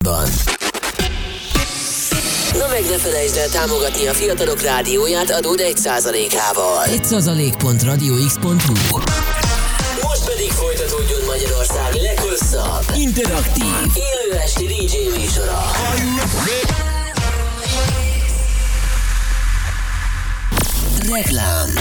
Na meg ne felejtsd el támogatni a Fiatalok Rádióját adód 1%-ával. 1%.radiox.hu. Most pedig folytatódjon Magyarország leghosszabb, interaktív, élő esti DJ műsora. Reklám.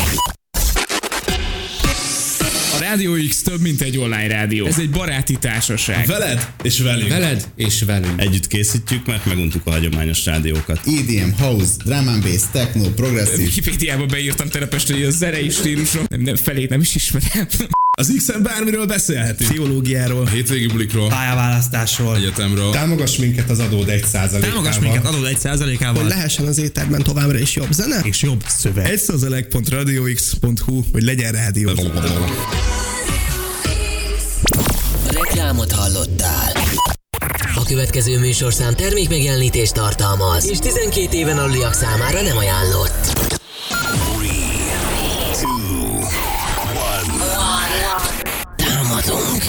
A Rádió X több, mint egy online rádió. Ez egy baráti társaság. Veled és velünk. Veled és velünk. Együtt készítjük, mert meguntuk a hagyományos rádiókat. EDM, house, drum and bass, techno, progresszív. Wikipédiába beírtam telepest, hogy a zenei stílusról nem felét nem is ismerem. Az X-en bármiről beszélhetünk. Pszichológiáról, a hétvégi bulikról, pályaválasztásról, egyetemről. Támogass minket az adód 1%-ával. Támogass minket adód 1%-ával. Hogy lehessen az éterben továbbra is jobb zene és jobb szöveg. 1%.radiox.hu, hogy legyen rádió. Reklámot hallottál. A következő műsorszám termékmegjelenítést tartalmaz, és 12 éven aluliak számára nem ajánlott. 3, 2, 1.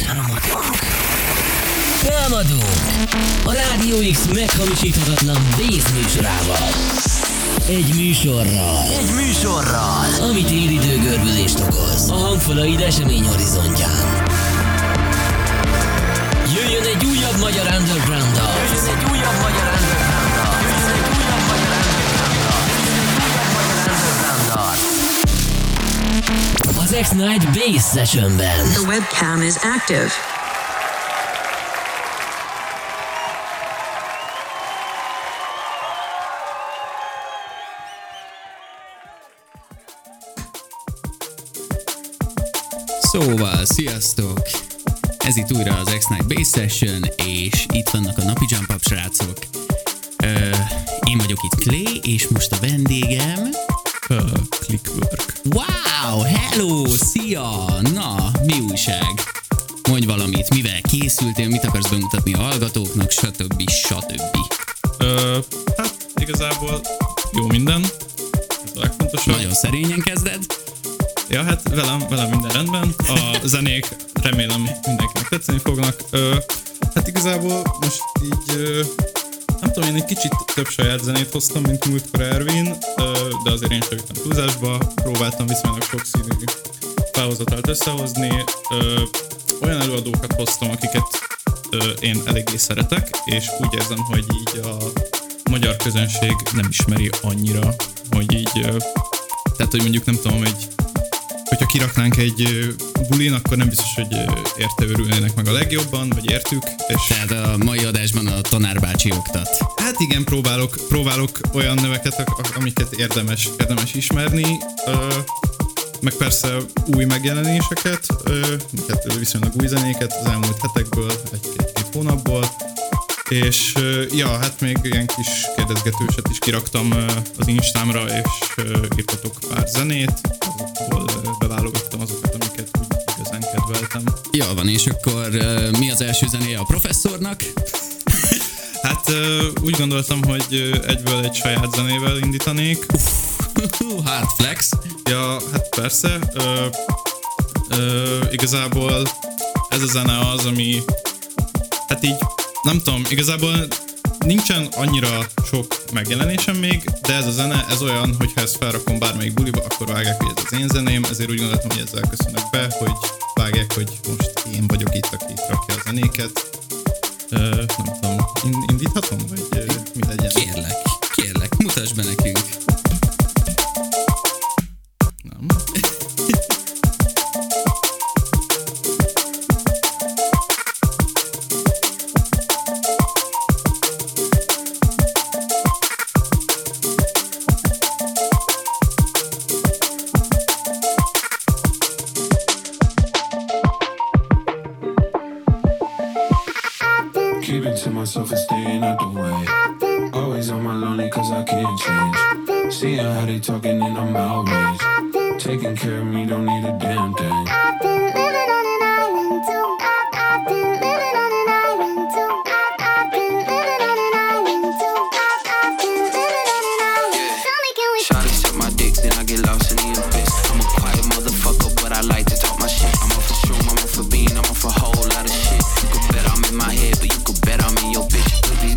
Támadunk! A Rádió X meghamisíthatatlan bass műsorával. Egy műsorral, ami téridő görbülést okoz a hangfalaid esemény horizontján. Jöjjön egy újabb magyar underground-dal. Az X-Night Bass Sessionben. The webcam is active. Szóval, sziasztok! Ez itt újra az X-Night Bass Session, és itt vannak a napi Jump Up srácok. Én vagyok itt Clay, és most a vendégem... Clickwork. Wow! Hello! Szia! Na, mi újság? Mondj valamit, mivel készültél, mit akarsz bemutatni a hallgatóknak, stb. Hát igazából jó minden, ez a legfontosabb. Nagyon szerényen kezded. Ja, hát velem minden rendben. A zenék remélem mindenkinek tetszeni fognak. Hát igazából most így, nem tudom, én egy kicsit több saját zenét hoztam, mint múltkor Ervin, de azért én sem jöttem túlzásba. Próbáltam viszonylag sokszínű felhozatalt összehozni. Olyan előadókat hoztam, akiket én eléggé szeretek, és úgy érzem, hogy így a magyar közönség nem ismeri annyira, hogy így, tehát hogy mondjuk nem tudom, hogyha kiraknánk egy bulin, akkor nem biztos, hogy érte örülnének meg a legjobban, vagy értük. És tehát a mai adásban a tanárbácsi oktat. Hát igen, próbálok olyan neveket, amiket érdemes ismerni, meg persze új megjelenéseket, viszonylag új zenéket az elmúlt hetekből, egy-két hónapból. És ja, hát még ilyen kis kérdezgetőset is kiraktam az Instámra, és írtatok pár zenét, azokból beválogattam azokat, amiket úgy igazán kedveltem. Jól van, és akkor mi az első zenéje a professzornak? Hát úgy gondoltam, hogy egyből egy saját zenével indítanék. Hard flex. Ja, hát persze. Igazából ez a zene az, ami hát így nem tudom, igazából nincsen annyira sok megjelenésem még, de ez a zene, ez olyan, hogyha ezt felrakom bármelyik buliba, akkor vágják, hogy ez az én zeném, ezért úgy gondoltam, hogy ezzel köszönök be, hogy vágják, hogy most én vagyok itt, aki rakja a zenéket. Nem tudom, indíthatom, vagy mi legyen? Kérlek, mutasd be nekünk. Nem. Keeping to myself and staying out the way. Always on my lonely cause I can't change. Seeing how they talking and I'm outraged. Taking care of me, don't need a damn thing. I've been living on an island too. I've been living on an island too. I've been living on an island too. I've been living on an island. Tell me, can we? Shawty suck my dick, then I get lost in the abyss. I'm a quiet motherfucker, but I like to talk my shit. I'm off for shroom, I'm off for bean, I'm off for a whole lot of shit. You could bet I'm in my head, but you could bet I'm in your bitch. With these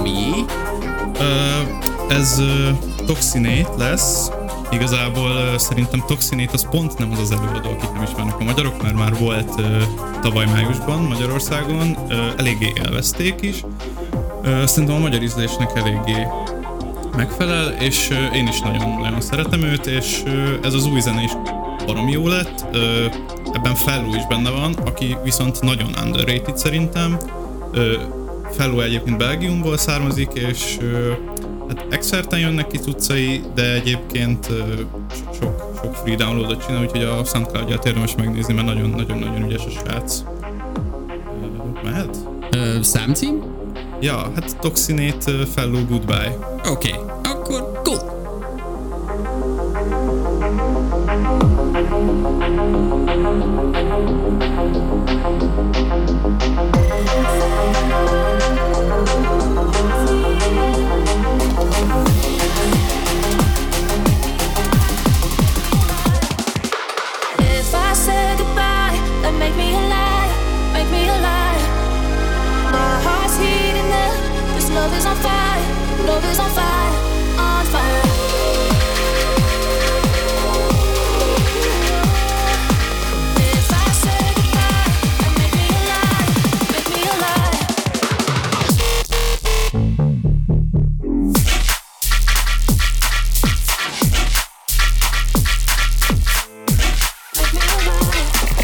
ami... Ez Toxinate lesz. Igazából szerintem Toxinate az pont nem az előadó, akit nem ismernek a magyarok, mert már volt tavaly májusban Magyarországon, eléggé élvezték is. Szerintem a magyar ízlésnek eléggé megfelel, és én is nagyon-nagyon szeretem őt, és ez az új zene is baromi jó lett. Ebben Fellow is benne van, aki viszont nagyon underrated szerintem. Fellow egyébként Belgiumból származik, és hát excerten jönnek ki cuccai, de egyébként sok free downloadot csinál, úgyhogy a SoundCloud-ját érdemes megnézni, mert nagyon-nagyon ügyes a srác. Mehet? Számcím? Ja, hát Toxinate, Fellow, Goodbye. Oké, akkor go! If I say goodbye, then make me alive, make me alive. My heart's heating up, this love is on fire, love is on fire, on fire. If I say goodbye, then make me alive, make me alive. Make me alive.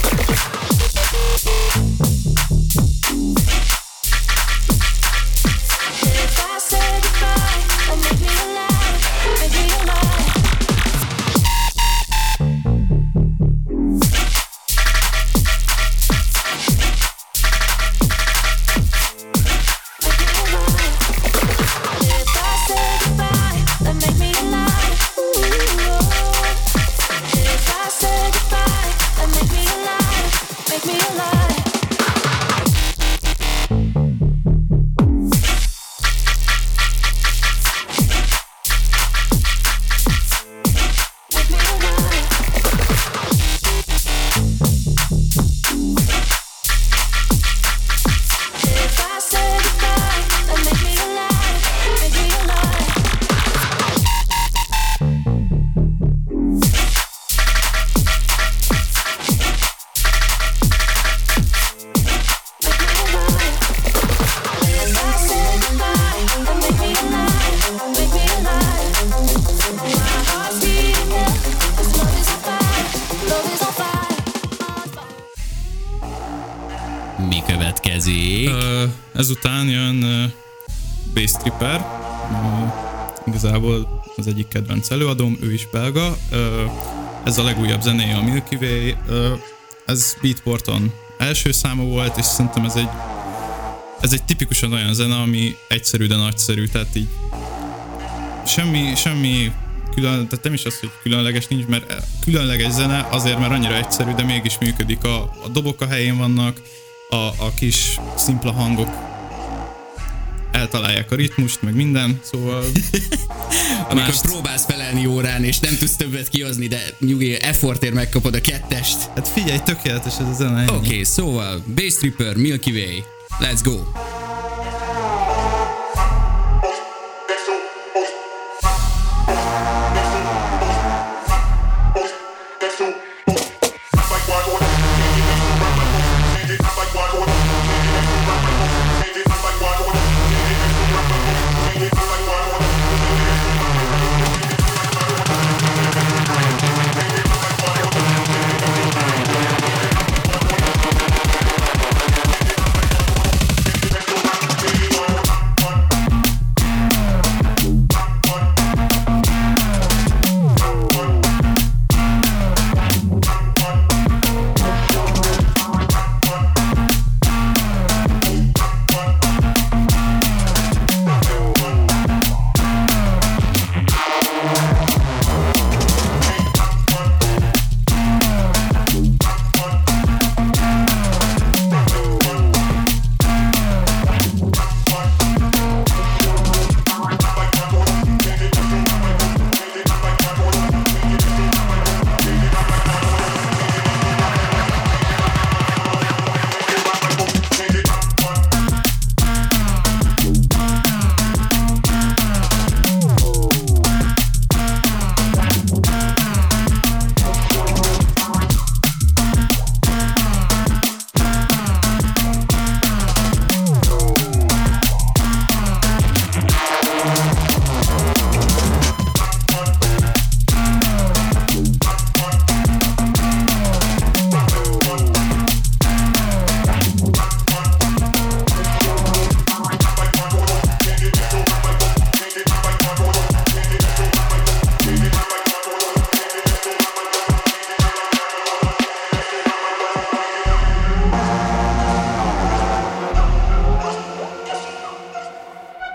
If I say goodbye, then make me alive, make me alive. Make me alive. If I say goodbye, then make me alive. If I say goodbye, then make me alive, make me alive. Make me alive. If I say goodbye, then make me alive, make me alive. Make me alive. If I say goodbye, then make me alive, make me alive. My heart's beating up, 'cause love is on fire, love is on fire, on fire. Mi következik? Ezután jön Bass Tripper, igazából az egyik kedvenc előadóm, ő is belga. Ez a legújabb zenéje a Milky Way. Ez Beatporton első száma volt, és szerintem ez egy tipikusan olyan zene, ami egyszerű, de nagyszerű, tehát így semmi külön, tehát nem is az, hogy különleges nincs, mert különleges zene azért, mert annyira egyszerű, de mégis működik. A dobok a helyén vannak, a kis szimpla hangok eltalálják a ritmust, meg minden, szóval... Amikor próbálsz felelni órán, és nem tudsz többet kihozni, de nyugi, effortért megkapod a kettest. Hát figyelj, tökéletes ez a zene. Oké, szóval Bass Tripper, Milky Way, let's go! Make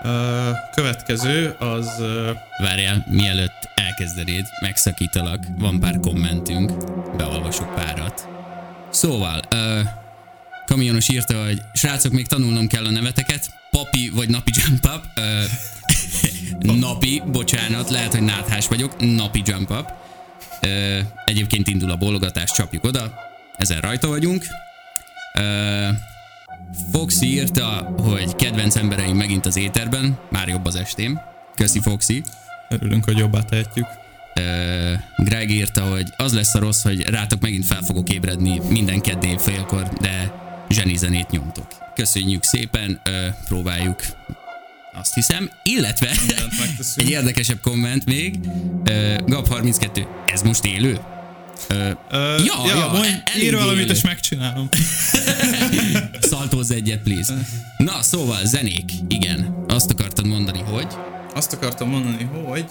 Következő az... Várjál, mielőtt elkezdenéd, megszakítalak, van pár kommentünk, beolvasok párat. Szóval, kamionos írta, hogy srácok, még tanulnom kell a neveteket, papi vagy napi jump up, napi, bocsánat, lehet, hogy náthás vagyok, napi jump up. Egyébként indul a bólogatás, csapjuk oda, ezen rajta vagyunk. Foxy írta, hogy kedvenc embereim megint az éterben, már jobb az estém. Köszi, Foxy. Örülünk, hogy jobbá tehetjük. Greg írta, hogy az lesz a rossz, hogy rátok megint fel fogok ébredni minden keddi félkor, de zsenizenét nyomtok. Köszönjük szépen, próbáljuk, azt hiszem, illetve egy érdekesebb komment még, Gab32, ez most élő? Ír valamit, és megcsinálom. Szaltózz egyet, please. Na, szóval zenék, igen. Azt akartad mondani, hogy? Azt akartam mondani, hogy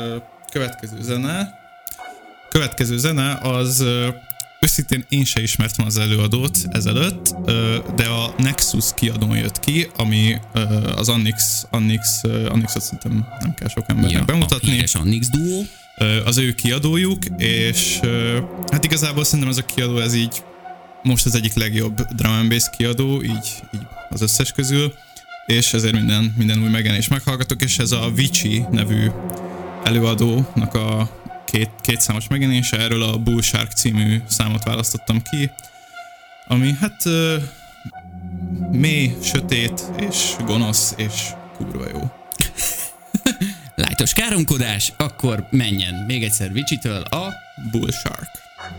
következő zene az őszintén én se ismertem az előadót ezelőtt, de a Nexus kiadón jött ki, ami az Annixot szerintem nem kell sok embernek bemutatni. A híres Annix duó. Az ő kiadójuk, és hát igazából szerintem ez a kiadó, ez így most az egyik legjobb drum and bass kiadó, így az összes közül, és ezért minden új megjelenést meghallgatok, és ez a Vici nevű előadónak a két számos megjelenése, erről a Bull Shark című számot választottam ki, ami hát mély, sötét, és gonosz, és kurva jó. Lájtos káromkodás, akkor menjen még egyszer Vicitől a Bull Shark.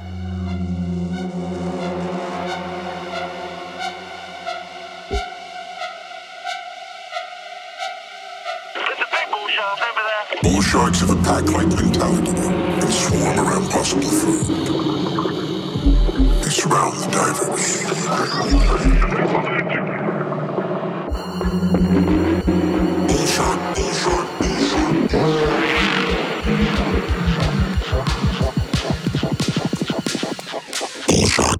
Bull sharks have a pack-like mentality and swarm around possible food. They surround the divers. Bull shark, bull shark, bull shark. Bull shark.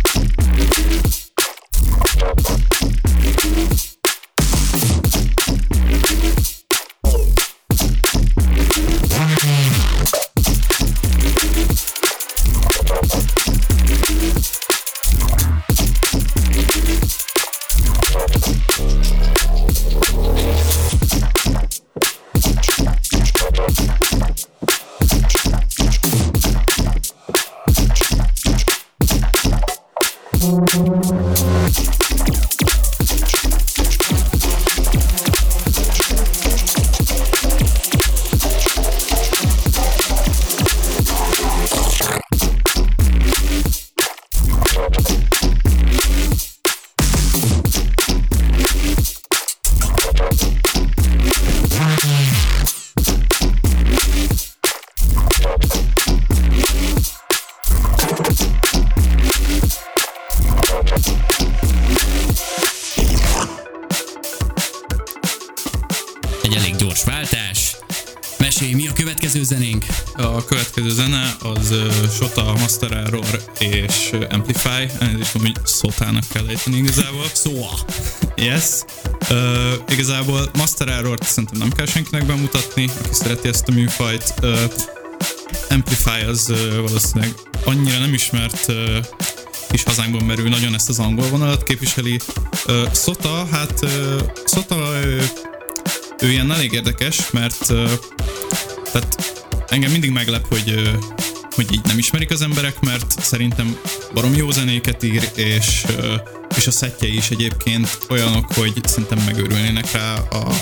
A következő zene az Shota, Master Error és Amplify, elnézést mondom, hogy Sotának kell ejteni igazából. Szóa. Yes. Igazából Master Errort szerintem nem kell senkinek bemutatni, aki szereti ezt a műfajt. Amplify az valószínűleg annyira nem ismert kis hazánkban, mert ő nagyon ezt az angol vonalat képviseli. Sota, hát Sota ő ilyen elég érdekes, mert tehát engem mindig meglep, hogy így nem ismerik az emberek, mert szerintem barom jó zenéket ír, és a szettjei is egyébként olyanok, hogy szerintem megőrülnének rá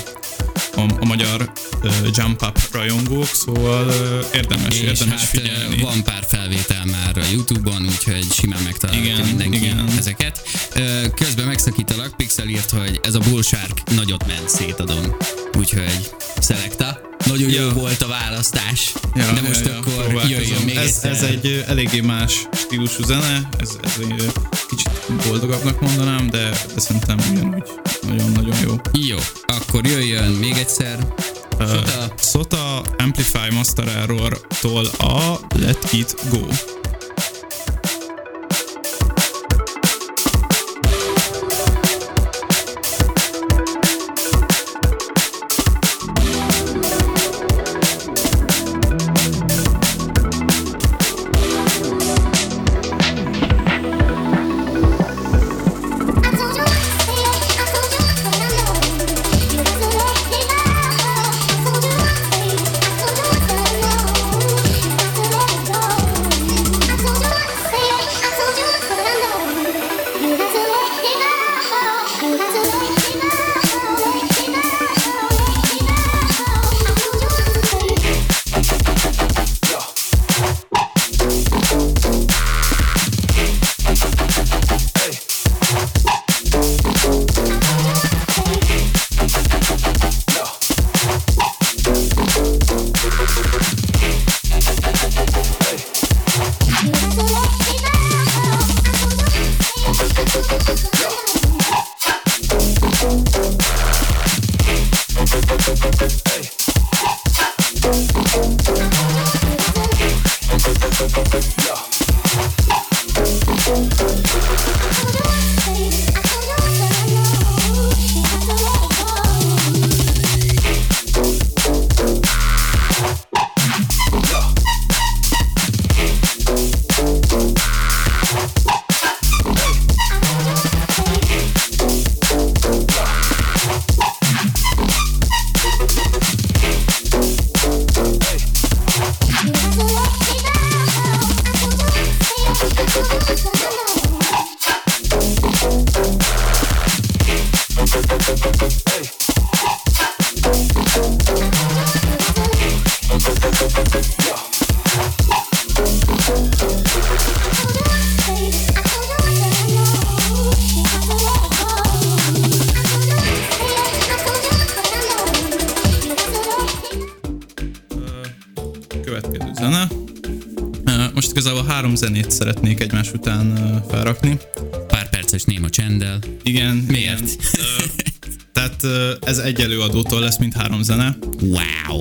a magyar jump up rajongók, szóval érdemes hát figyelni. Van pár felvétel már a YouTube-on, úgyhogy simán megtalálja mindenki ezeket. Közben megszakítalak, Pixel írt, hogy ez a Bull Shark nagyot ment, szétadom. Úgyhogy szelekta. Nagyon jó volt a választás, de most akkor jöjjön még egyszer. Ez egy eléggé más stílusú zene, ez egy kicsit boldogabbnak mondanám, de szerintem ugyanúgy nagyon-nagyon jó. Jó, akkor jöjjön még egyszer. Sota, Amplify, Master Error-tól a Let It Go. Következő zene. Most igazából 3 zenét szeretnék egymás után felrakni. Pár perces néma csenddel. Igen. Miért? Igen. Tehát ez egy előadótól lesz, mint 3 zene. Wow.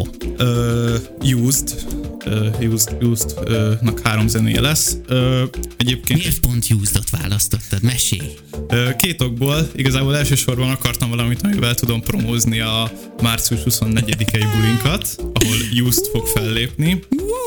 Used-nak 3 zenéje lesz. Egyébként... Miért pont Used-ot választottad? Mesélj! 2 okból. Igazából elsősorban akartam valamit, amivel tudom promózni a március 24-i bulinkat, ahol Used fog fellépni.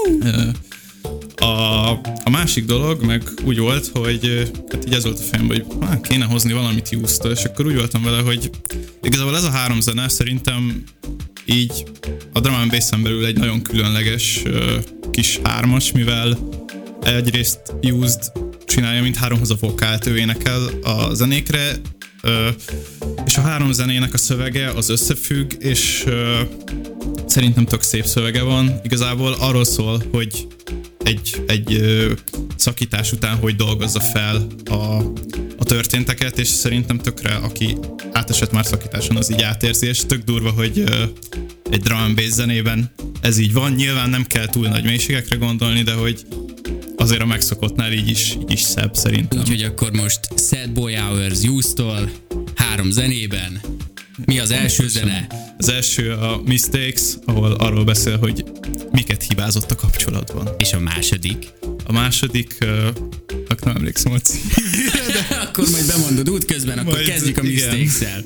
A másik dolog meg úgy volt, hogy hát így ez volt a fejemben, hogy kéne hozni valamit Used-től, és akkor úgy voltam vele, hogy igazából ez a 3 zene szerintem így a drum and bassen belül egy nagyon különleges kis 3-as, mivel egyrészt Used csinálja mindháromhoz a vokált, ő énekel a zenékre, és a 3 zenének a szövege az összefügg, és szerintem tök szép szövege van. Igazából arról szól, hogy egy szakítás után hogy dolgozza fel a történteket, és szerintem tökre, aki átesett már szakításon, az így átérzi, és tök durva, hogy egy drum and bass zenében ez így van. Nyilván nem kell túl nagy mélységekre gondolni, de hogy azért a megszokottnál így is szebb szerintem. Úgyhogy akkor most Sad Boy Hours Used-tól 3 zenében. Mi az első zene? Az első a Mistakes, ahol arról beszél, hogy miket hibázott a kapcsolatban. És a második? A második, nem emlékszem a címére, de akkor majd bemondod útközben, akkor majd kezdjük a Mistakes-el.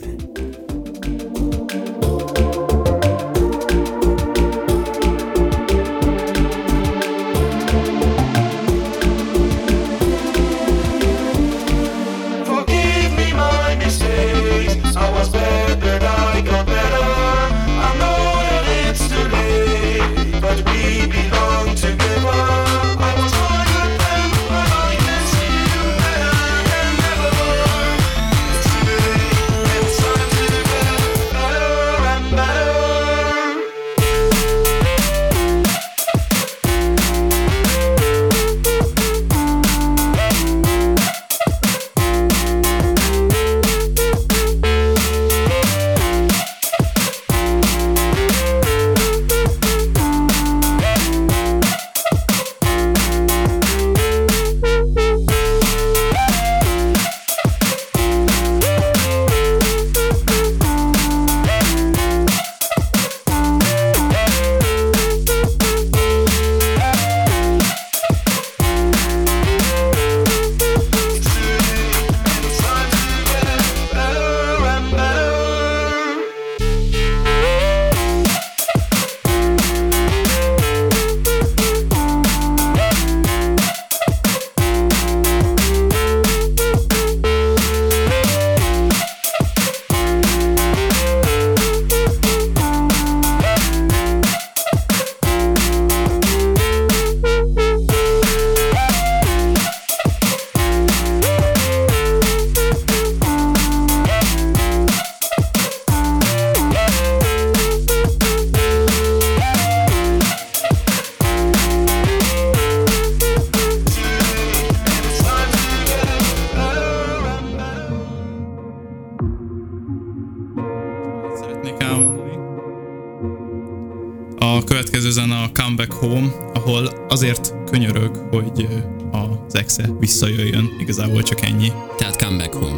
A következő zene a Come Back Home, ahol azért könyörög, hogy az exe visszajöjjön, igazából csak ennyi. Tehát Come Back Home.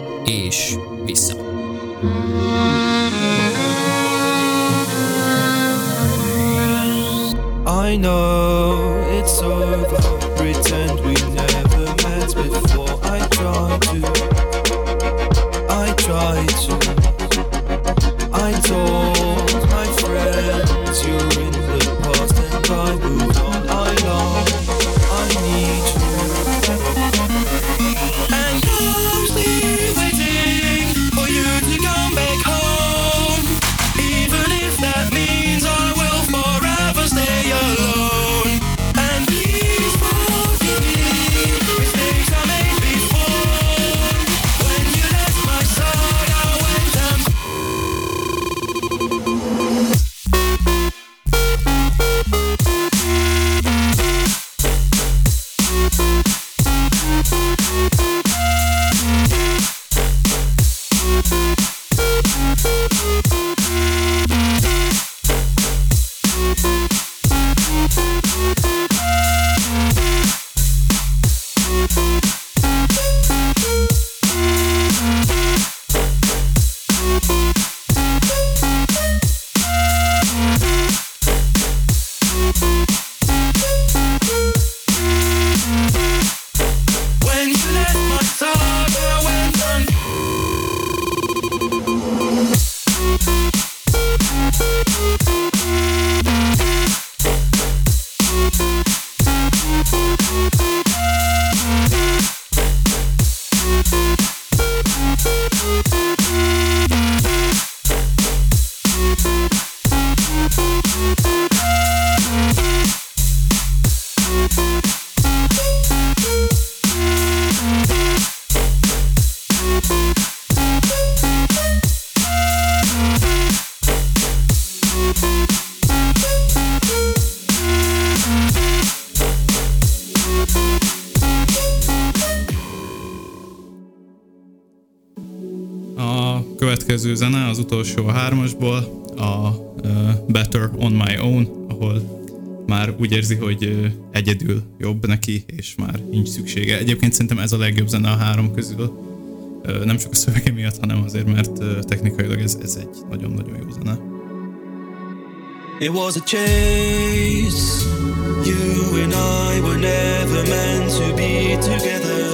És vissza. I know it's over, pretend we never met before. I try to, I told my friends you're in the past and I moved on. I long, I need you, and I'm still waiting for you to come back home, even if that means I will forever stay alone. And please forgive me Következő zene, az utolsó a 3-asból, a Better on My Own, ahol már úgy érzi, hogy egyedül jobb neki, és már nincs szüksége. Egyébként szerintem ez a legjobb zene a 3 közül. Nem csak a szövege miatt, hanem azért, mert technikailag ez egy nagyon-nagyon jó zene. It was a chase. You and I were never meant to be together.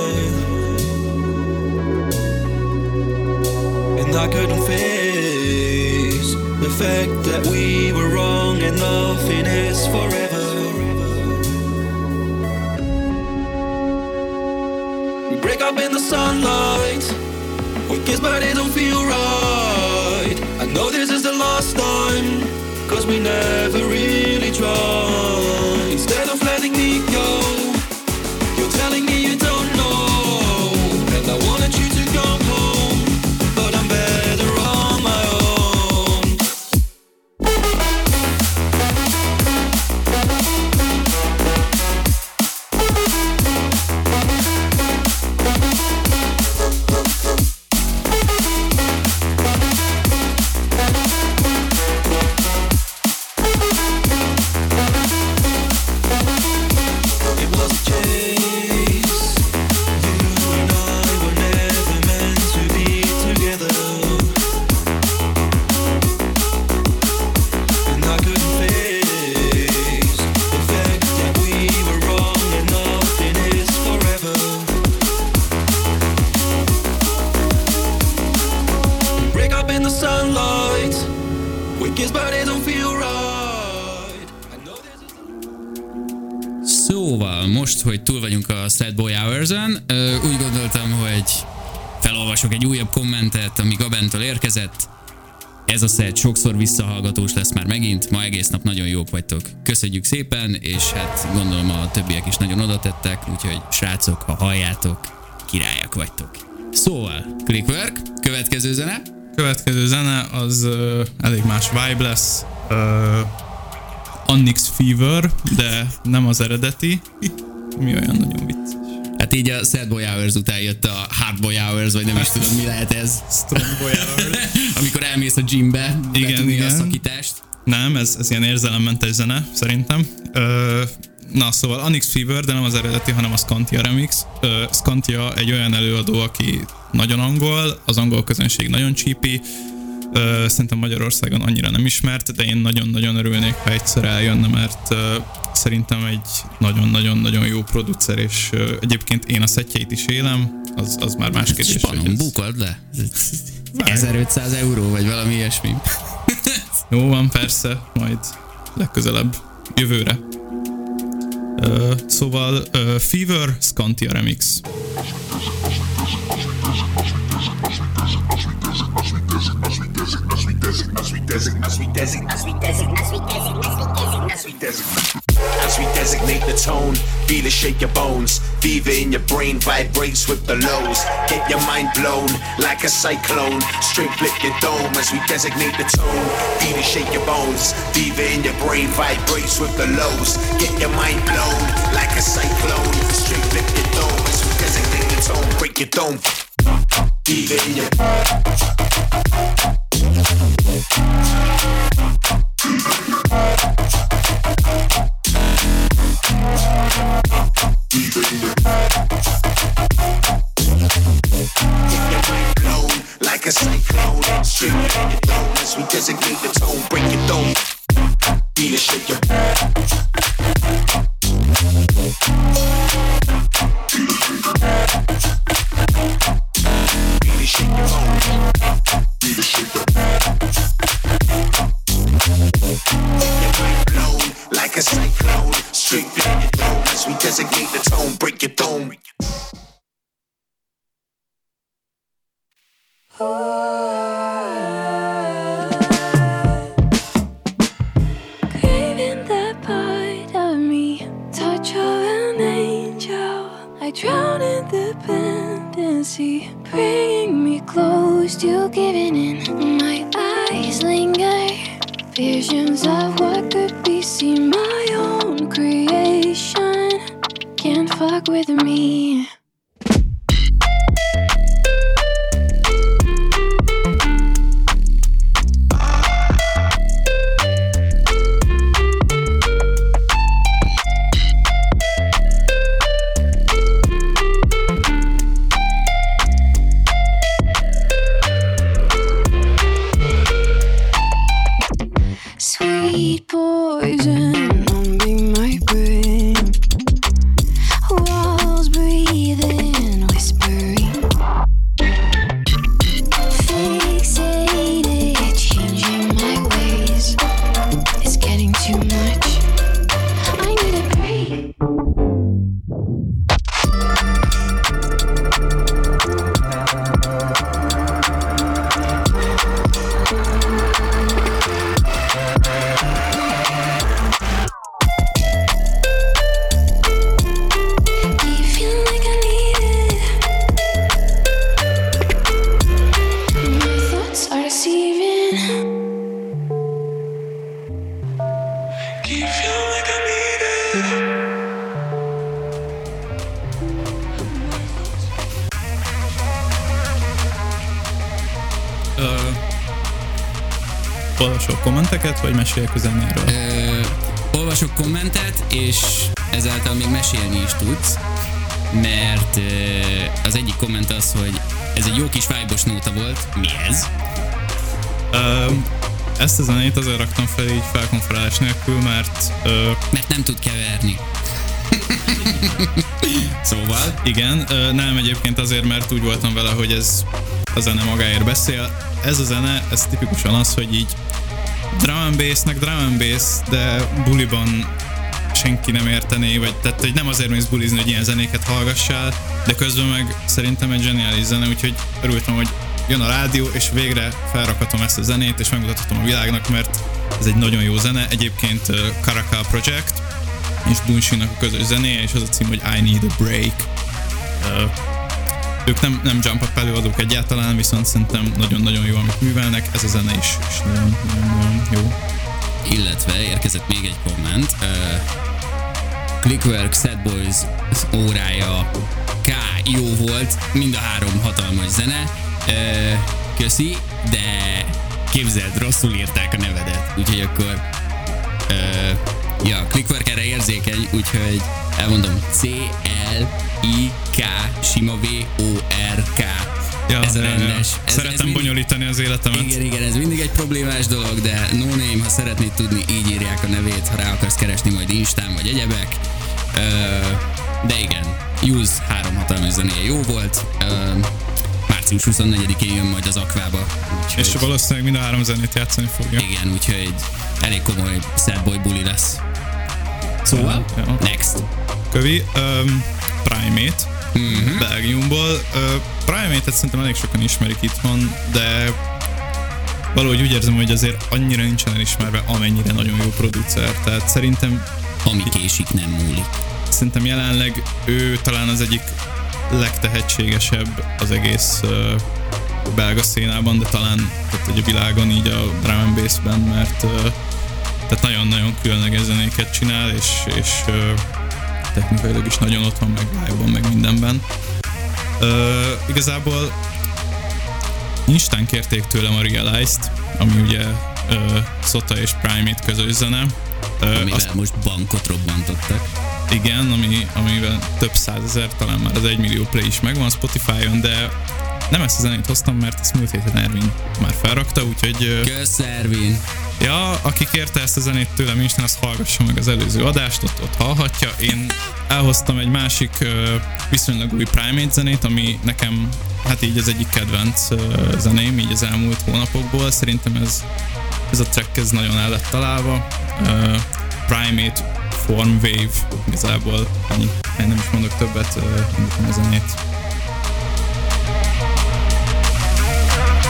And I couldn't face the fact that we were wrong and nothing is forever. We break up in the sunlight. We kiss but it don't feel right. I know this is the last time, 'cause we never really tried. Instead of letting me go, you're telling me you don't know. And I wanted you to come home, but I'm better on my own. Szóval, most, hogy túl vagyunk a Sad Boy Hours-on, úgy gondoltam, hogy felolvasok egy újabb kommentet, ami Gabentől érkezett. Ez a set sokszor visszahallgatós lesz már megint, ma egész nap nagyon jók vagytok. Köszönjük szépen, és hát gondolom a többiek is nagyon oda tettek, úgyhogy srácok, ha halljátok, királyak vagytok. Szóval, Clickwork, következő zene? Következő zene az elég más vibe lesz. Onyx Fever, de nem az eredeti, mi olyan nagyon vicces. Hát így a Sad Boy Hours után jött a Hard Boy Hours, vagy nem is tudom, mi lehet ez. Strong Boy Hours. Amikor elmész a gymbe, betudni a szakítást. Nem, ez ilyen érzelemmentes zene, szerintem. Na, szóval Onyx Fever, de nem az eredeti, hanem a Scantia remix. Scantia egy olyan előadó, aki nagyon angol, az angol közönség nagyon csípi. Szerintem Magyarországon annyira nem ismert, de én nagyon-nagyon örülnék, ha egyszer eljönne, mert szerintem egy nagyon-nagyon-nagyon jó producer, és egyébként én a szettjeit is élem, az már más kérdés. Spanom, bukold le. 1500 euró, vagy valami ilyesmi. Jó van, persze, majd legközelebb, jövőre. Szóval Fever, Scantia remix. As we designate the tone, feel it shake your bones. Fever in your brain vibrates with the lows. Get your mind blown like a cyclone. Straight flip your dome as we designate the tone. Feel it shake your bones. Fever in your brain vibrates with the lows. Get your mind blown like a cyclone. Straight flip your dome as we designate the tone. Break your dome. Fever in your like a cyclone, straight in your dome as we designate the tone, break your dome, feel it shake your feel it shake your bone. Craving that part of me, touch of an angel. I drown in dependency, bringing me close to giving in. My eyes linger, visions of what could be. See my own creation, can't fuck with me. Sweet poison numbing my brain, walls breathing, whispering, fixated, changing my ways. It's getting too much, I need a break. Olvasok kommenteket, vagy meséljek a zenéről? Olvasok kommentet, és ezáltal még mesélni is tudsz, mert az egyik komment az, hogy ez egy jó kis vibe-os nóta volt. Mi ez? Ezt a zenét azért raktam fel így felkonferálás nélkül, mert nem tud keverni. Szóval? Igen, nem egyébként azért, mert úgy voltam vele, hogy ez a zene magáért beszél. Ez a zene, ez tipikusan az, hogy így drum and bass, de buliban senki nem értené, vagy tehát, hogy nem azért mész bulizni, hogy ilyen zenéket hallgassál, de közben meg szerintem egy zseniális zene, úgyhogy örültem, hogy jön a rádió, és végre felrakhatom ezt a zenét, és megmutathatom a világnak, mert ez egy nagyon jó zene. Egyébként Caracal Project és Bunshi-nak a közös zenéje, és az a cím, hogy I Need a Break. Ők nem jump up előadók egyáltalán, viszont szerintem nagyon-nagyon jó, amit művelnek, ez a zene is nagyon jó. Illetve érkezett még egy komment. Clickwork, Sad Boys órája K jó volt, mind a három hatalmas zene. Köszi, de képzeld, rosszul írták a nevedet, úgyhogy akkor Clickwork erre érzékeny, úgyhogy elmondom C-L-I-K sima V-O-R-K. Ja, ez a rendes. Szeretem bonyolítani az életemet. Igen, ez mindig egy problémás dolog, de no name, ha szeretnéd tudni, így írják a nevét, ha rá akarsz keresni majd Instán vagy egyebek. De igen, Use 3 hatalmas zenéje jó volt. Március 24-én jön majd az Aquába. És valószínűleg mind a 3 zenét játszani fogja. Igen, úgyhogy elég komoly sad boy buli lesz. Szóval, next. Kövi, Primate, Belgiumból. Primate-et szerintem elég sokan ismerik itthon, de valahogy úgy érzem, hogy azért annyira nincsen elismerve, amennyire nagyon jó producer. Tehát szerintem... Ami késik, nem múlik. Szerintem jelenleg ő talán az egyik legtehetségesebb az egész belga szénában, de talán tehát, hogy a világon így a drum and bass-ben, mert tehát nagyon-nagyon különleges zenéket csinál, és technikailag is nagyon ott van, meg live-ban, meg mindenben. Igazából Instán kérték tőlem a Realized, ami ugye Sota és Primate közös zene. Amivel most bankot robbantottak. Igen, amivel több százezer, talán már az 1 millió play is megvan Spotify-on, de nem ezt a zenét hoztam, mert ezt múlt héten Ervin már felrakta, úgyhogy... Kösz, Ervin! Ja, aki kérte ezt a zenét tőlem Instán, az hallgassa meg az előző adást, ott hallhatja. Én elhoztam egy másik viszonylag új Primate zenét, ami nekem hát így az egyik kedvenc zeném így az elmúlt hónapokból. Szerintem ez a track ez nagyon el lett találva. Primate Form Wave, igazából ennyi. Én nem is mondok többet, indítom a zenét.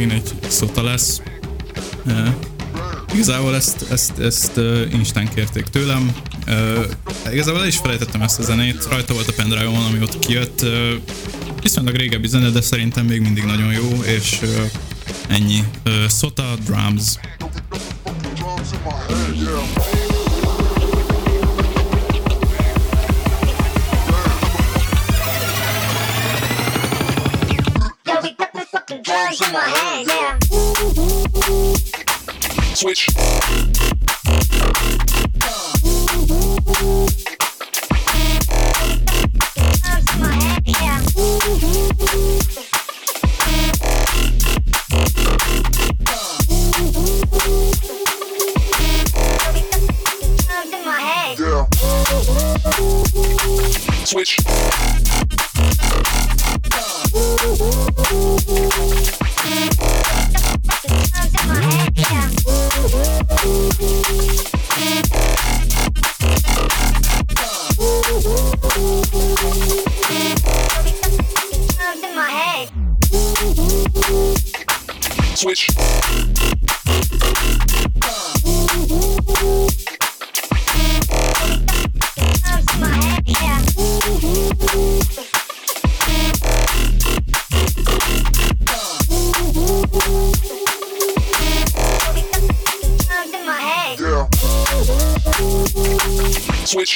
megint egy szota lesz. Igazából ezt Instán kérték tőlem. Igazából el is felejtettem ezt a zenét, rajta volt a pendrive-on, ami ott kijött. Viszonylag régebbi zene, de szerintem még mindig nagyon jó, és ennyi. Sota Drums. Switch. Switch. Switch. Switch.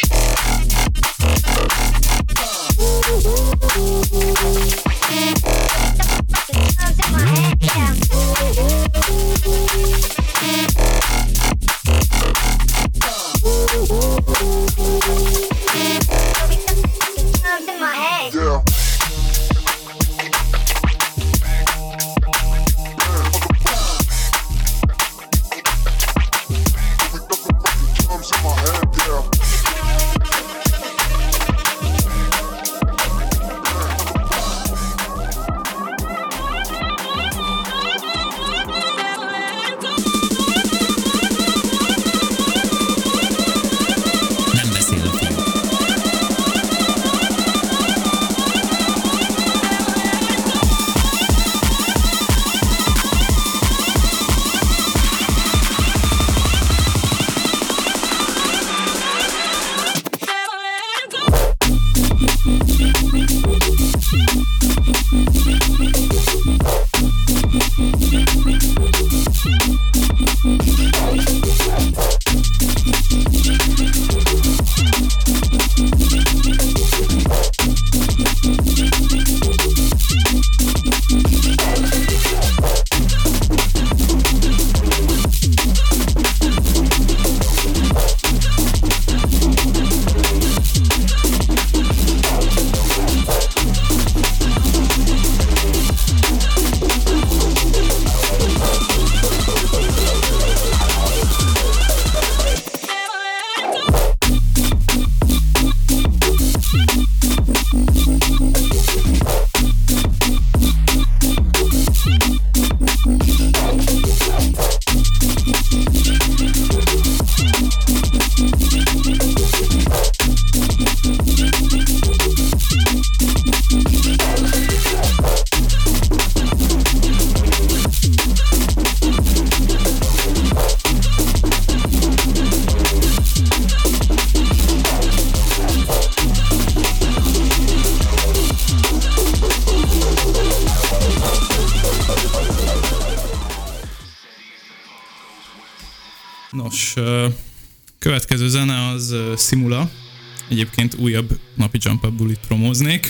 Nos, következő zene az Simula. Egyébként újabb napi Jump Up bulit promóznék.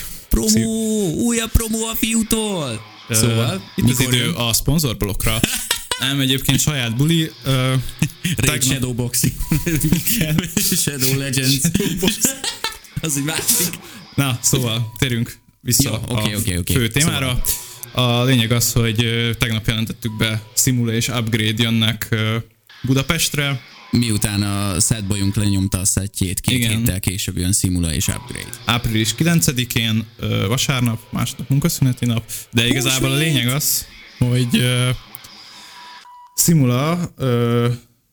Újabb promó a fiútól! Szóval, itt az idő a szponzorblokkra. Nem, egyébként saját buli. Raid Shadow Boxing. Shadow Legends. Az egy másik. Na, szóval térjünk vissza a fő témára. Szóval. A lényeg az, hogy tegnap jelentettük be Simula és Upgrade jönnek Budapestre. Miután a Sadboyunk lenyomta a szettjét, 2 héttel később jön Simula és Upgrade. Április 9-én, vasárnap, másnap munkaszüneti nap, de igazából a lényeg az, hogy Simula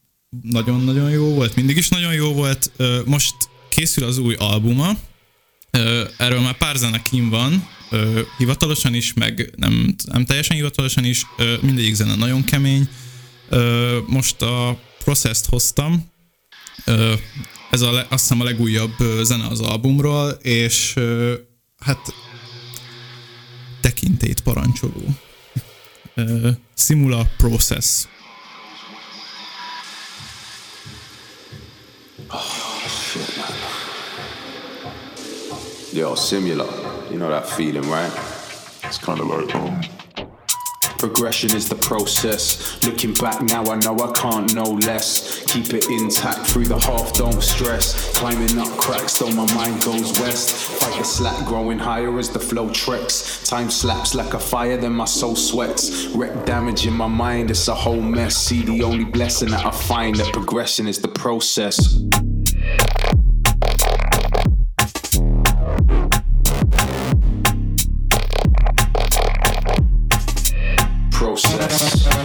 nagyon-nagyon jó volt, mindig is nagyon jó volt. Most készül az új albuma, Erről már pár zene kín van, hivatalosan is, meg nem teljesen hivatalosan is, mindegyik zene nagyon kemény. Most a Process-t hoztam, ez azt hiszem a legújabb zene az albumról, és hát tekintélyt parancsoló. Simula Process. Yo, Simula, you know that feeling, right? It's kind of like, Progression is the process. Looking back now, I know I can't know less. Keep it intact through the half, don't stress. Climbing up cracks, though my mind goes west. Fight the slack, growing higher as the flow treks. Time slaps like a fire, then my soul sweats. Wreck damage in my mind, it's a whole mess. See, the only blessing that I find, that progression is the process. Process.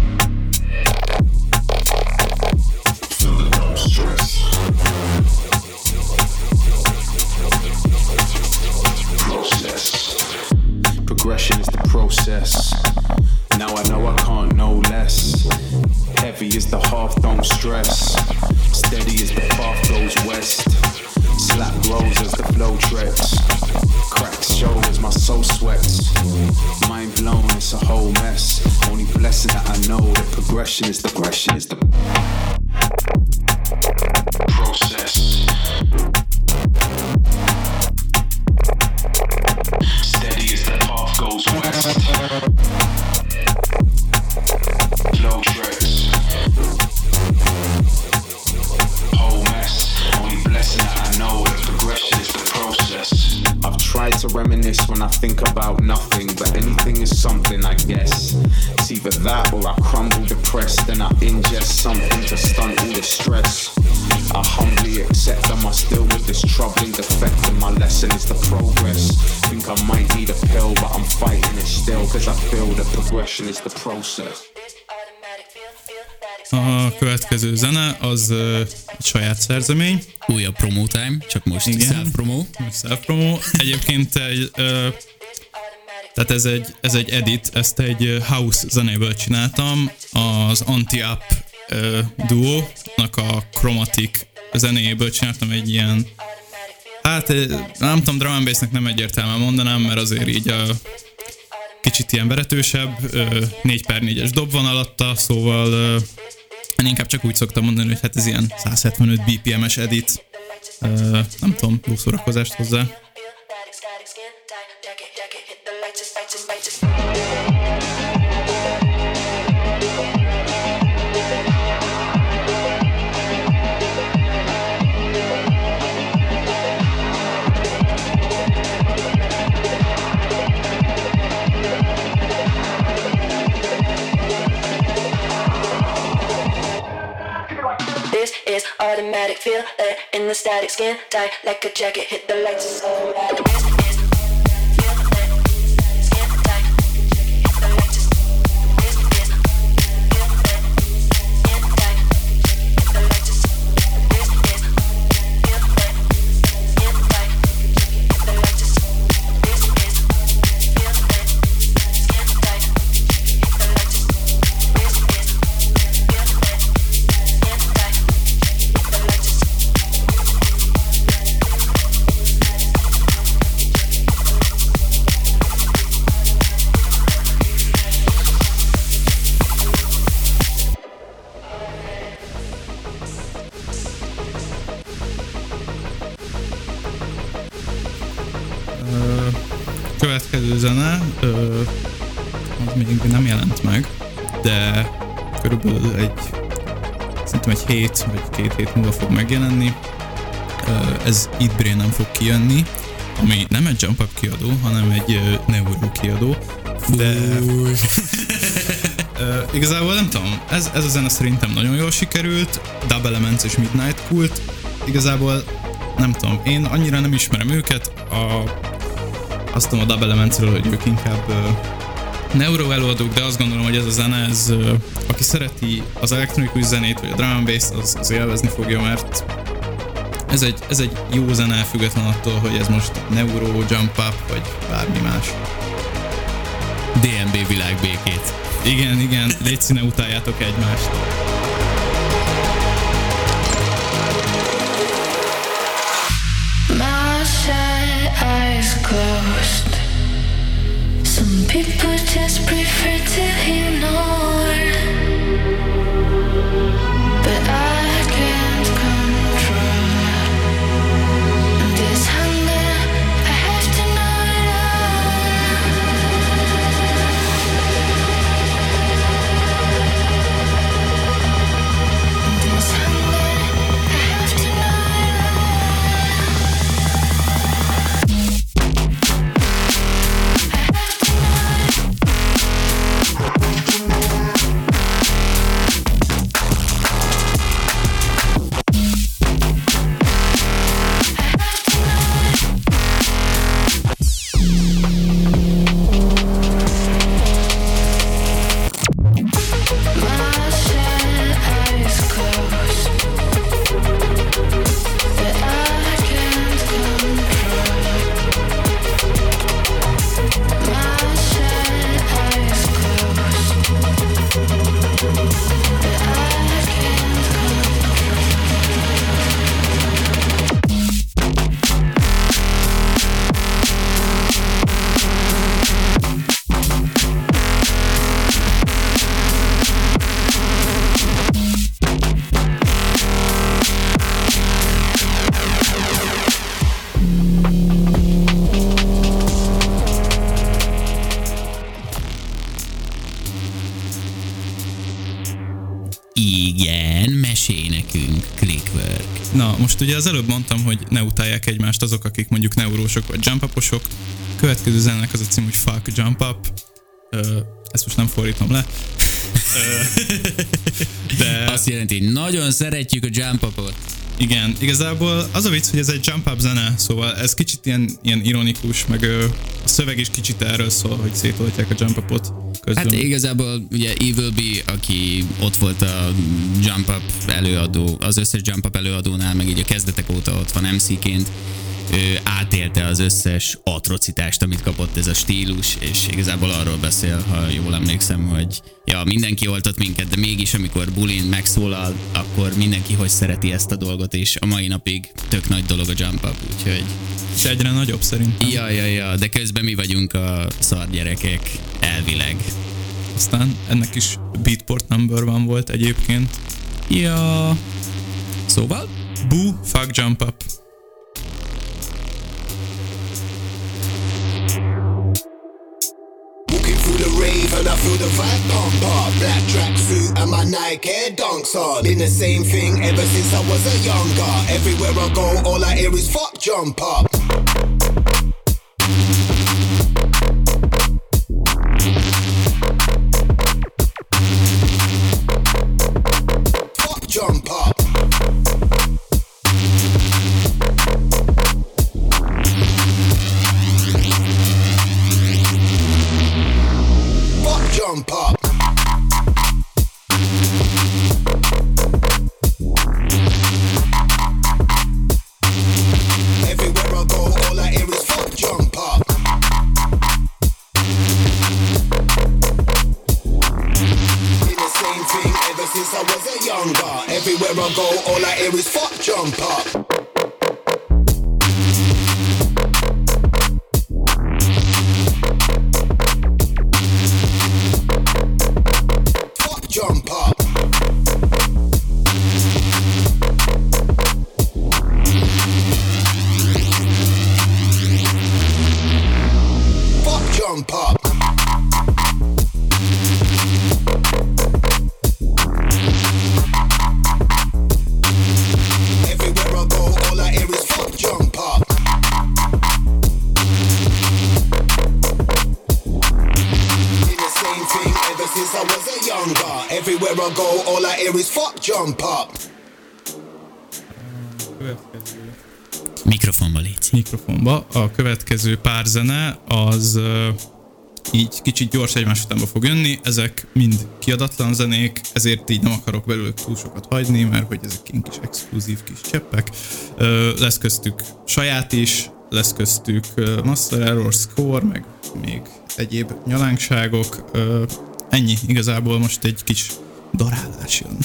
Progression is the process. Now I know I can't know less. Heavy is the half, don't stress. Steady as the path goes west. Slap grows as the flow treks. Cracks show as my soul sweats. Mind blown, it's a whole mess. Only blessing that I know that progression is the process. Steady as the path goes west. Flow treks. Whole mess. Only blessing that I know that progression is the process. I've tried to reminisce when I think about nothing, but anything is something, I guess. It's either that or I crumble depressed, then I ingest something to stunt all the stress. I humbly accept I'm still with this troubling defect, and my lesson is the progress. Think I might need a pill, but I'm fighting it still, cause I feel the progression is the process. A következő zene az egy saját szerzemény. Újabb promo time, csak most self-promo. Egyébként tehát ez egy edit, ezt egy house zenéből csináltam, az Anti-Up duo-nak a Chromatic zenéjéből csináltam egy ilyen, hát nem tudom, drum and bassnek nem egyértelműen mondanám, mert azért így kicsit ilyen veretősebb, 4x4-es dob van alatta, szóval én inkább csak úgy szoktam mondani, hogy hát ez ilyen 175 BPM-es edit, nem tudom, jó szórakozást hozzá. This is automatic, feel it in the static, skin tight like a jacket, hit the lights, it's automatic. This is feel it, skin tight, hit the lights, this is feel it, skin tight, hit the lights, this is feel it, skin tight, hit the lights, this is feel it, skin tight, hit the lights, this is Következő zene, az még nem jelent meg, de körülbelül szerintem egy hét vagy 2 hét múlva fog megjelenni. Ez Eat Brain nem fog kijönni, ami nem egy Jump Up kiadó, hanem egy Neuro kiadó, de igazából nem tudom, ez a zene szerintem nagyon jól sikerült, Double Elements és Midnight Cult, igazából nem tudom, én annyira nem ismerem őket, azt tudom a Double Elementsről, hogy ők inkább neuro előadók, de azt gondolom, hogy ez a zene, aki szereti az elektronikus zenét, vagy a drum and bass, az élvezni fogja, mert Ez egy jó zene, független attól, hogy ez most neuro, jump up, vagy bármi más. DNB világbékét. Igen, légy színe, utáljátok egymást. My shy eyes closed. Some people just prefer to ignore, but I can't control this hunger. I have to know it all. This hunger, I have to know it Igen, mesélj nekünk, Clickwork. Na, most ugye az előbb mondtam, hogy ne utálják egymást azok, akik mondjuk neurósok vagy jump-uposok. Következő zenének az a cím, hogy Fuck Jump Up. Ezt most nem fordítom le. De azt jelenti, hogy nagyon szeretjük a jump-upot. Igen, igazából az a vicc, hogy ez egy jump-up zene, szóval ez kicsit ilyen ironikus, meg a szöveg is kicsit erről szól, hogy szétoltják a jump-upot közben. Hát igazából ugye Evil B, aki ott volt a jump-up előadó, az összes jump-up előadónál, meg így a kezdetek óta ott van MC-ként, ő átélte az összes atrocitást, amit kapott ez a stílus, és igazából arról beszél, ha jól emlékszem, hogy ja, mindenki oltott minket, de mégis amikor bulin megszólal, akkor mindenki hogy szereti ezt a dolgot, és a mai napig tök nagy dolog a jump up, úgyhogy... És egyre nagyobb szerintem. Ja, de közben mi vagyunk a szar gyerekek, elvileg. Aztán ennek is Beatport number one volt egyébként. Ja... Szóval? Boo, Fuck Jump Up. Through the rave and I feel the vibe pump up. Black tracksuit and my Nike Air Dunks on. Been the same thing ever since I was a younger. Everywhere I go, all I hear is fuck jump up. Fuck jump up. Jump up. Everywhere I go, all I hear is fuck jump up. Been the same thing ever since I was a younger. Everywhere I go, all I hear is fuck jump up. Jump up. Fuck jump up. Everywhere I go, all I hear is fuck jump up. Been the same thing ever since I was a younger. Everywhere I go, all I hear is fuck jump up. Mikrofonba légy. Mikrofonba. A következő pár zene az így kicsit gyors egymás utánba fog jönni, ezek mind kiadatlan zenék, ezért így nem akarok belőlük túl sokat hagyni, mert hogy ezek ilyen kis exkluzív kis cseppek. Lesz köztük saját is, lesz köztük Master Error Score, meg még egyéb nyalánkságok. Ennyi, igazából most egy kis darálás jön.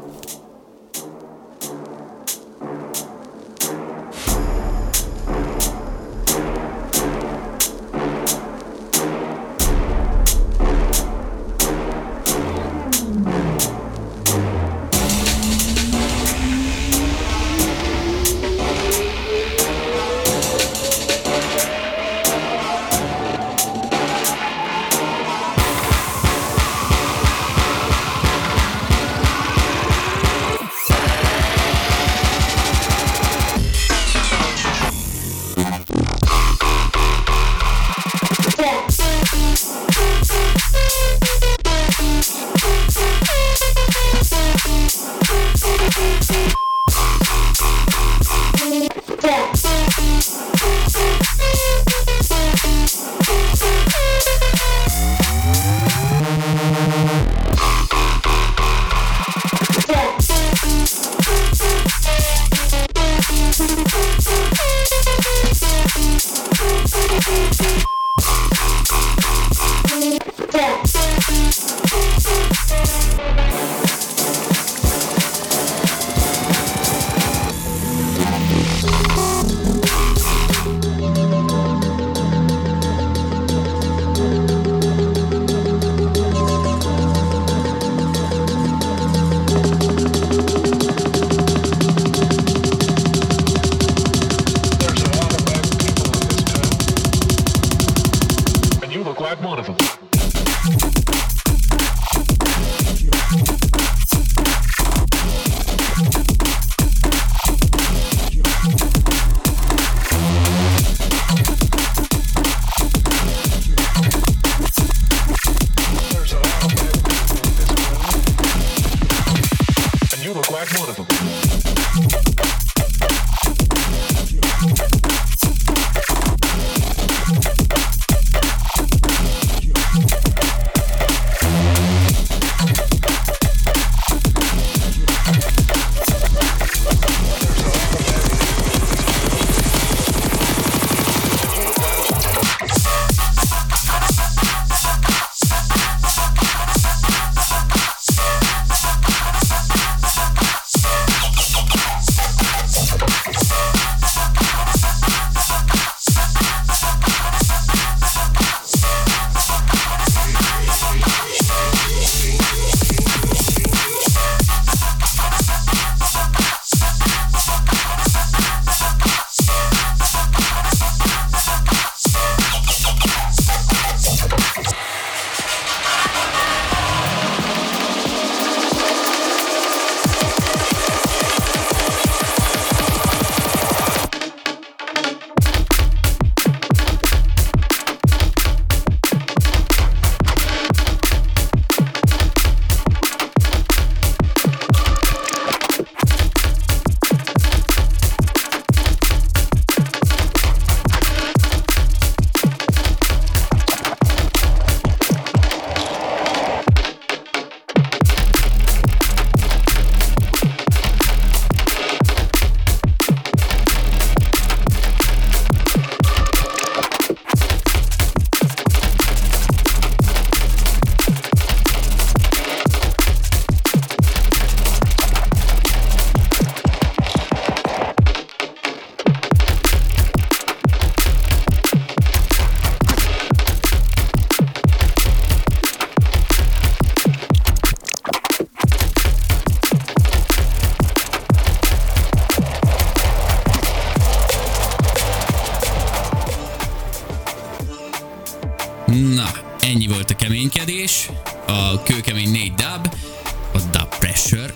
Na, ennyi volt a keménykedés, a kőkemény 4 dub, a Dub Pressure.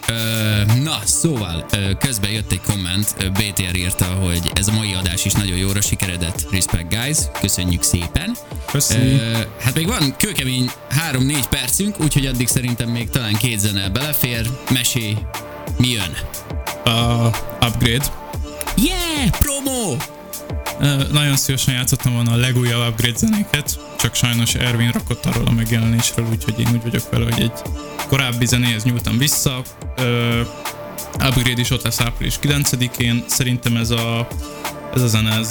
Na, szóval közben jött egy komment, BTR írta, hogy ez a mai adás is nagyon jóra sikeredett. Respect guys, köszönjük szépen. Hát még van kőkemény 3-4 percünk, úgyhogy addig szerintem még talán 2 zene belefér. Mesélj, mi jön? Upgrade. Yeah, promo! Nagyon szívesen játszottam volna a legújabb Upgrade zenéket, csak sajnos Ervin rakott arról a megjelenésről, úgyhogy én úgy vagyok vele, hogy egy korábbi zenéhez nyúltam vissza. Upgrade is ott lesz április 9-én. Szerintem ez a zene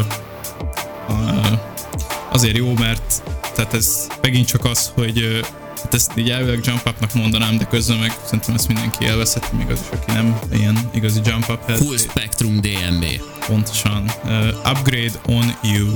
azért jó, mert tehát ez megint csak az, hogy hát ezt így elvileg Jump Up-nak mondanám, de közben meg szerintem ezt mindenki élvezheti, még az is, aki nem ilyen igazi Jump Up-hez. Full Spectrum DMB. Pontosan. Upgrade on You.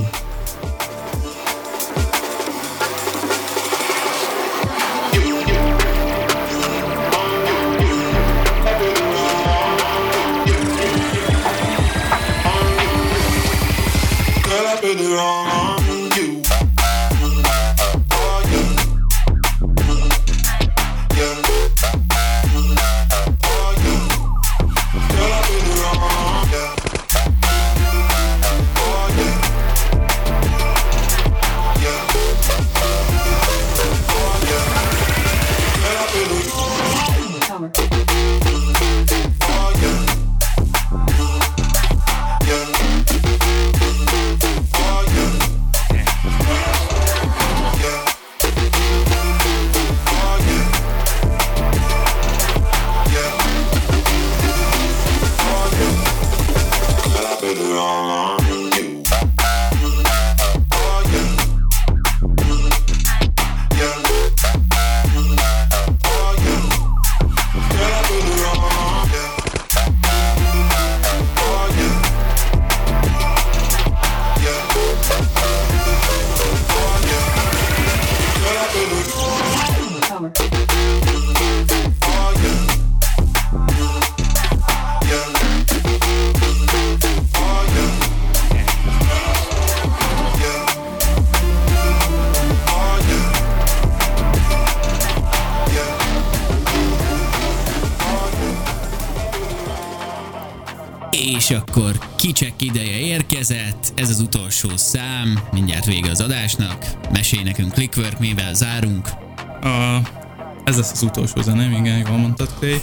És akkor kicsek ideje érkezett, ez az utolsó szám, mindjárt vége az adásnak. Mesélj nekünk Clickwork, mivel zárunk. Ez lesz az utolsó zenem, igen, jól mondtad, Clay.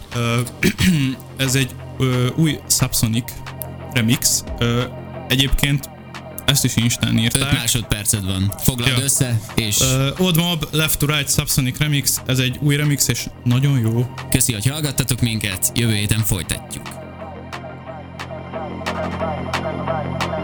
Ez egy új Subsonic remix. Egyébként ezt is Instán írták. 5 másodperced van. Foglald össze, és... Old Mob, Left to Right, Subsonic remix. Ez egy új remix, és nagyon jó. Köszi, hogy hallgattatok minket, jövő héten folytatjuk.